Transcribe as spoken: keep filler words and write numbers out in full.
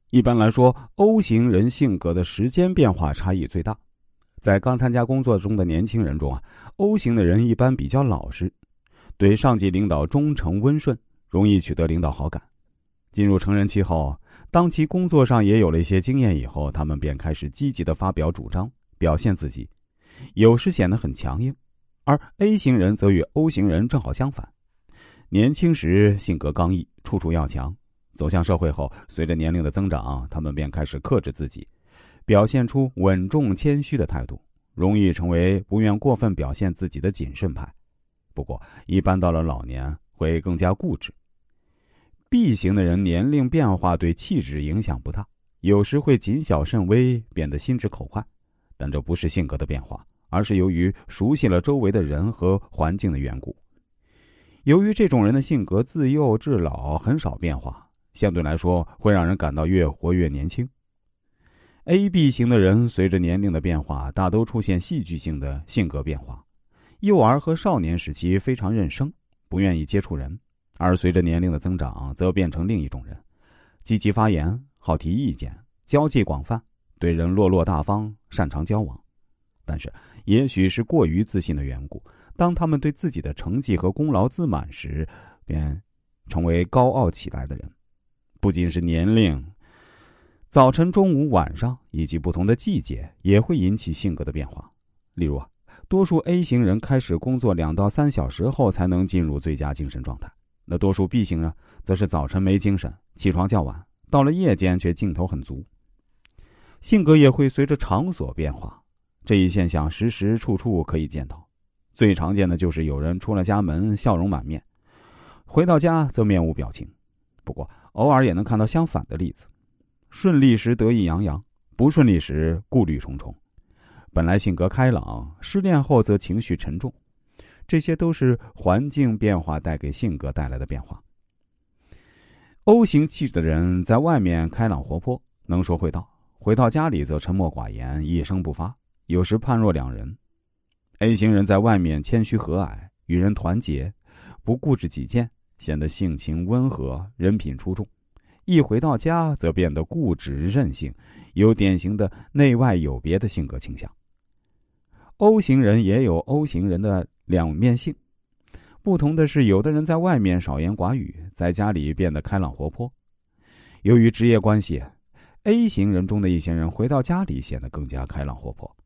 一般来说 O 型人性格的时间变化差异最大。在刚参加工作中的年轻人中啊 O 型的人一般比较老实，对上级领导忠诚温顺，容易取得领导好感。进入成人期后，当其工作上也有了一些经验以后，他们便开始积极地发表主张，表现自己，有时显得很强硬。而 A 型人则与 O 型人正好相反，年轻时性格刚毅，处处要强，走向社会后，随着年龄的增长，他们便开始克制自己，表现出稳重谦虚的态度，容易成为不愿过分表现自己的谨慎派。不过一般到了老年会更加固执。B 型的人年龄变化对气质影响不大，有时会谨小慎微，变得心直口快，但这不是性格的变化，而是由于熟悉了周围的人和环境的缘故。由于这种人的性格自幼至老很少变化，相对来说会让人感到越活越年轻。A B 型的人随着年龄的变化，大都出现戏剧性的性格变化。幼儿和少年时期非常认生，不愿意接触人，而随着年龄的增长，则变成另一种人，积极发言，好提意见，交际广泛，对人落落大方，擅长交往。但是也许是过于自信的缘故，当他们对自己的成绩和功劳自满时，便成为高傲起来的人。不仅是年龄，早晨、中午、晚上以及不同的季节也会引起性格的变化。例如啊，多数 A 型人开始工作两到三小时后才能进入最佳精神状态，那多数 B 型人则是早晨没精神，起床较晚，到了夜间却劲头很足。性格也会随着场所变化，这一现象时时处处可以见到。最常见的就是有人出了家门笑容满面，回到家则面无表情。不过偶尔也能看到相反的例子，顺利时得意洋洋，不顺利时顾虑重重。本来性格开朗，失恋后则情绪沉重，这些都是环境变化带给性格带来的变化。O 型气质的人在外面开朗活泼，能说会道，回到家里则沉默寡言，一声不发，有时判若两人。A 型人在外面谦虚和蔼，与人团结，不固执己见，显得性情温和，人品出众。一回到家则变得固执任性，有典型的内外有别的性格倾向。O 型人也有 O 型人的两面性，不同的是，有的人在外面少言寡语，在家里变得开朗活泼。由于职业关系， A 型人中的一些人回到家里显得更加开朗活泼，